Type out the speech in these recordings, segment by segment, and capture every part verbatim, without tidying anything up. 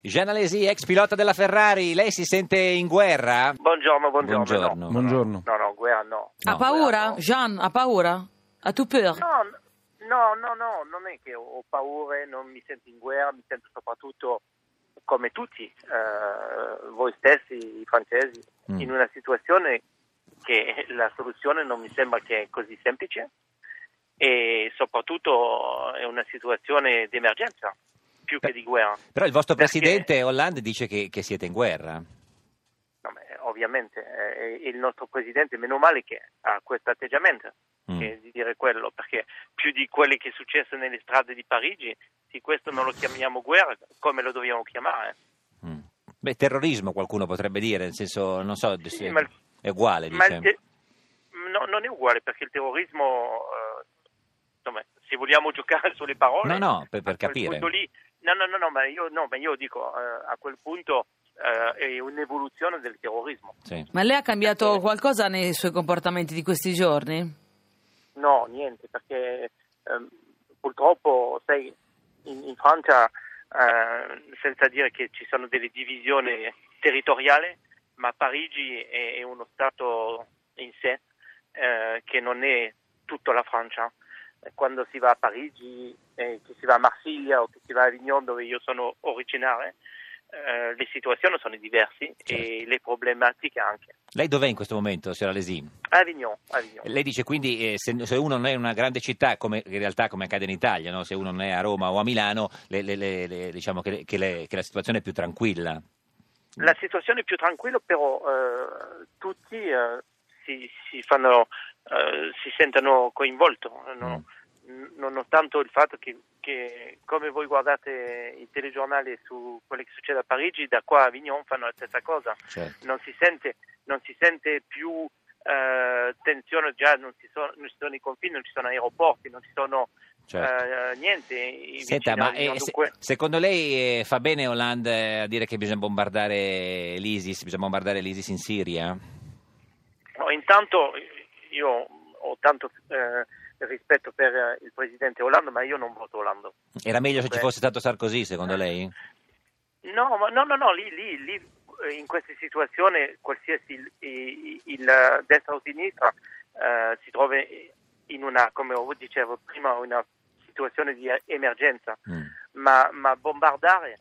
Jean Alesi, ex pilota della Ferrari, lei si sente in guerra? Buongiorno, buongiorno. Buongiorno. No, Buongiorno. no, no, guerra no. No. Ha paura? Guerra no. Jean, ha paura? Ha tu peur? No, no, no, no, non è che ho paura, non mi sento in guerra, mi sento soprattutto come tutti, eh, voi stessi, i francesi, Mm. in una situazione che la soluzione non mi sembra che è così semplice e soprattutto è una situazione di emergenza più che di guerra. Però il vostro Perché- presidente Hollande dice che, che siete in guerra. No, beh, ovviamente eh, il nostro presidente, meno male che ha questo atteggiamento, Mm. che di dire quello, perché più di quello che è successo nelle strade di Parigi, se questo non lo chiamiamo guerra, come lo dobbiamo chiamare? Mm. Beh, terrorismo qualcuno potrebbe dire, nel senso, non so, Sì, se ma il- è uguale, Ma dice. il te- no, non è uguale, perché il terrorismo, eh, insomma, se vogliamo giocare sulle parole, No, no, per- per a quel capire. punto lì, no, no, no, no, ma io, no, ma io dico, eh, a quel punto eh, è un'evoluzione del terrorismo. Sì. Ma lei ha cambiato qualcosa nei suoi comportamenti di questi giorni? No, niente, perché ehm, purtroppo, sai, in, in Francia, eh, senza dire che ci sono delle divisioni territoriali, ma Parigi è, è uno stato in sé, eh, che non è tutta la Francia. Quando si va a Parigi, eh, che si va a Marsiglia o che si va a Avignon, dove io sono originario, eh, le situazioni sono diverse e le problematiche anche. Lei dov'è in questo momento, signora Alesi? Avignon, Avignon. Lei dice quindi eh, se, se uno non è in una grande città, come in realtà come accade in Italia, no? Se uno non è a Roma o a Milano, le, le, le, le- diciamo che, che le- che la situazione è più tranquilla. La situazione è più tranquilla, però eh, tutti eh, si, si fanno, eh, si sentono coinvolti, no? N- nonostante il fatto che, che come voi guardate i telegiornali su quello che succede a Parigi, da qua a Avignon fanno la stessa cosa. Certo. Non si sente, non si sente più eh, tensione, già non ci sono, non ci sono i confini, non ci sono aeroporti, non ci sono Certo. eh, niente. i Senta, vicini a ma Avignon, eh, se- dunque- secondo lei eh, fa bene Hollande a dire che bisogna bombardare l'ISIS, bisogna bombardare l'ISIS in Siria? No, intanto io ho tanto eh, rispetto per eh, il presidente Hollande, ma io non voto Hollande. Era meglio se ci Beh. fosse stato Sarkozy, secondo lei? No, ma no, no, no, lì, lì, lì eh, in queste situazioni, qualsiasi il, il, il, eh, destra o sinistra eh, si trova in una, come dicevo prima, una situazione di emergenza, Mm. ma, ma bombardare,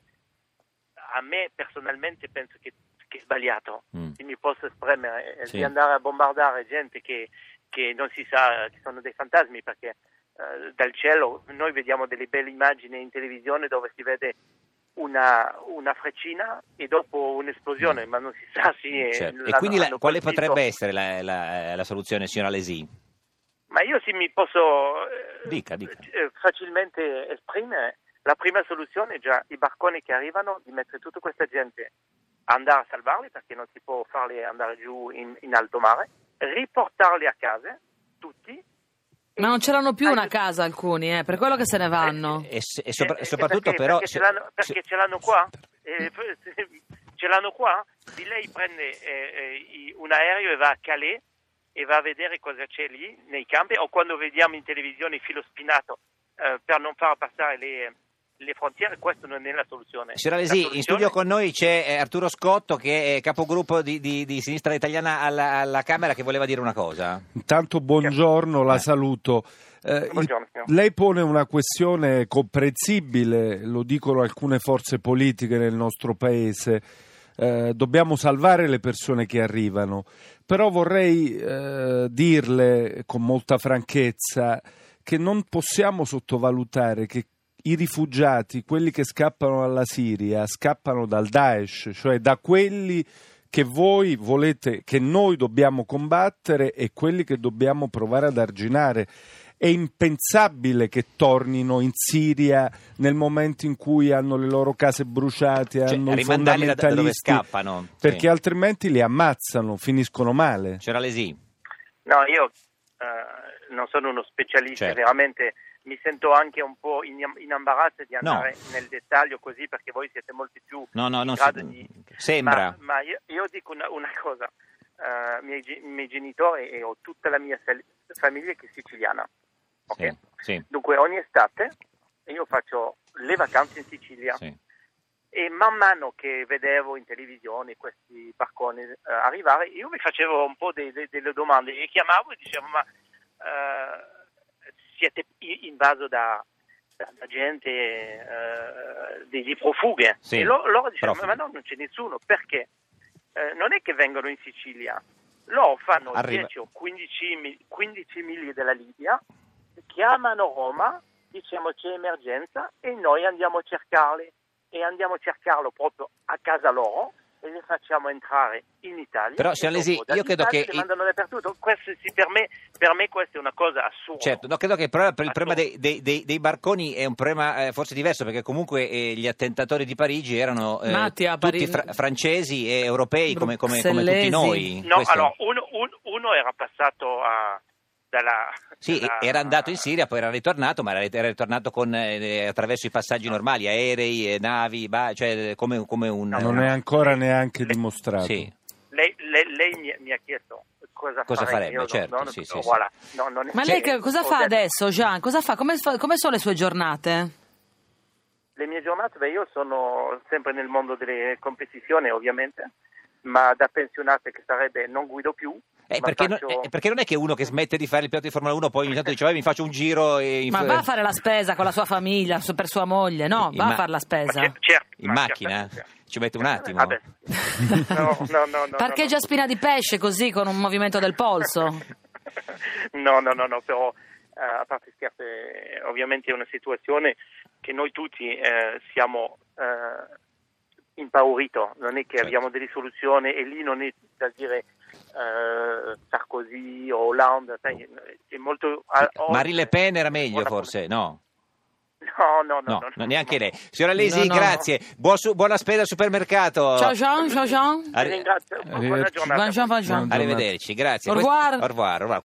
a me personalmente penso che, che è sbagliato, Mm. se mi posso esprimere, eh, Sì. di andare a bombardare gente che, che non si sa, che sono dei fantasmi, perché eh, dal cielo noi vediamo delle belle immagini in televisione dove si vede una, una freccina e dopo un'esplosione, ma non si sa se Certo. E l'hanno- quindi la- hanno quale colpito. potrebbe essere la, la- la soluzione, signora Alesi? Ma io se mi posso eh, Dica, dica. eh, facilmente esprimere, la prima soluzione è già i barconi che arrivano, di mettere tutta questa gente a andare a salvarli, perché non si può farli andare giù in, in alto mare, riportarli a casa, tutti. Ma non ce l'hanno più Ah, una io- casa alcuni, eh, per quello che se ne vanno. E, se- e sopra- Eh, eh, soprattutto perché, però... perché, se- ce l'hanno, perché se- ce l'hanno qua, eh, ce l'hanno qua, di lei prende eh, eh, i- un aereo e va a Calais e va a vedere cosa c'è lì nei campi, o quando vediamo in televisione il filo spinato eh, per non far passare le, le frontiere, questa non è la soluzione. Signora La Alesi, in soluzione- studio con noi c'è eh, Arturo Scotto, che è capogruppo di, di- di Sinistra Italiana alla, alla Camera, che voleva dire una cosa. Intanto buongiorno, la saluto. Eh, il- Buongiorno, signor. lei pone una questione comprensibile, lo dicono alcune forze politiche nel nostro paese. Eh, dobbiamo salvare le persone che arrivano, però vorrei eh, dirle con molta franchezza che non possiamo sottovalutare che i rifugiati, quelli che scappano dalla Siria, scappano dal Daesh, cioè da quelli che voi volete, che noi dobbiamo combattere e quelli che dobbiamo provare ad arginare. È impensabile che tornino in Siria nel momento in cui hanno le loro case bruciate, Cioè, hanno i rimandarli da, da dove fondamentalisti, scappano. Sì. perché altrimenti li ammazzano, finiscono male. Signora Alesi, No, io eh, non sono uno specialista, Certo. veramente mi sento anche un po' in, in imbarazzo di No. andare nel dettaglio così, perché voi siete molti più no, no, in non grado si- di... sembra. Ma, ma io, io dico una, una cosa, eh, miei, ge- miei genitori e ho tutta la mia sal- famiglia che è siciliana, ok? Sì, sì, Dunque ogni estate io faccio le vacanze in Sicilia sì. E man mano che vedevo in televisione questi barconi eh, arrivare, io mi facevo un po' de- de- delle domande e chiamavo e dicevo ma eh, siete invaso da, da, da gente, eh, di, di profughe? Sì, e lo- loro dicevano profughe. ma no, non c'è nessuno, perché eh, non è che vengono in Sicilia, loro fanno Arriva. dieci o quindici, quindici miglia della Libia, chiamano Roma, diciamo c'è emergenza e noi andiamo a cercarli. E andiamo a cercarlo proprio a casa loro e li facciamo entrare in Italia. Però, signor Lesi, io credo che li mandano dappertutto. Questo, sì, per me, per me questa è una cosa assurda. Certo, no, credo che il problema, per il problema Assurdo. dei, dei- dei barconi è un problema eh, forse diverso, perché comunque eh, gli attentatori di Parigi erano eh, Nati a tutti Pari- fra- francesi e europei come, come- come tutti Bruxellesi. noi. No, Questo- allora, uno, un- uno era passato a, dalla... Sì, dalla- era andato in Siria, poi era ritornato, ma era, era ritornato con, eh, attraverso i passaggi normali, aerei, eh, navi, ba- cioè come, come un... Non è ancora neanche dimostrato. Sì. Lei, lei, lei mi, mi ha chiesto cosa, Cosa farei. farebbe, Io non- certo, non- sì, sì, no, sì. voilà, no, non è- Ma lei cioè, che, cosa ho fa detto- adesso, Jean? Cosa fa? Come, fa- come sono le sue giornate? Le mie giornate, beh, io sono sempre nel mondo delle competizioni, ovviamente, ma da pensionata che sarebbe non guido più. Eh, ma perché, faccio- non, eh, perché non è che uno che smette di fare il pilota di Formula uno poi ogni tanto dice, vai, mi faccio un giro e in, Ma va a fare la spesa con la sua famiglia, su- per sua moglie, no? In Va ma- a fare la Ma spesa. cer- certo, in ma macchina? certamente. Ci mette un attimo. Vabbè. No, no, no, no, Parcheggia no, spina di pesce così con un movimento del polso. no, no, no, no, però eh, a parte scherzi, eh, ovviamente è una situazione che noi tutti eh, siamo eh, impauriti, non è che Certo. abbiamo delle soluzioni e lì non è da dire eh, Sarkozy o Hollande, sai, è molto... eh, Marine Le Pen era meglio Buona- forse, no? No, no, no, No, no, no, neanche lei. Signora Lesi, No, no. grazie. Buon su- buona spesa al supermercato. Ciao Jean, ciao Jean. Arri- Ringrazio, buona Arrivederci. giornata. Buon Jean, buon Jean. Buona Arrivederci, grazie. Au Questo- revoir. Au revoir, au revoir.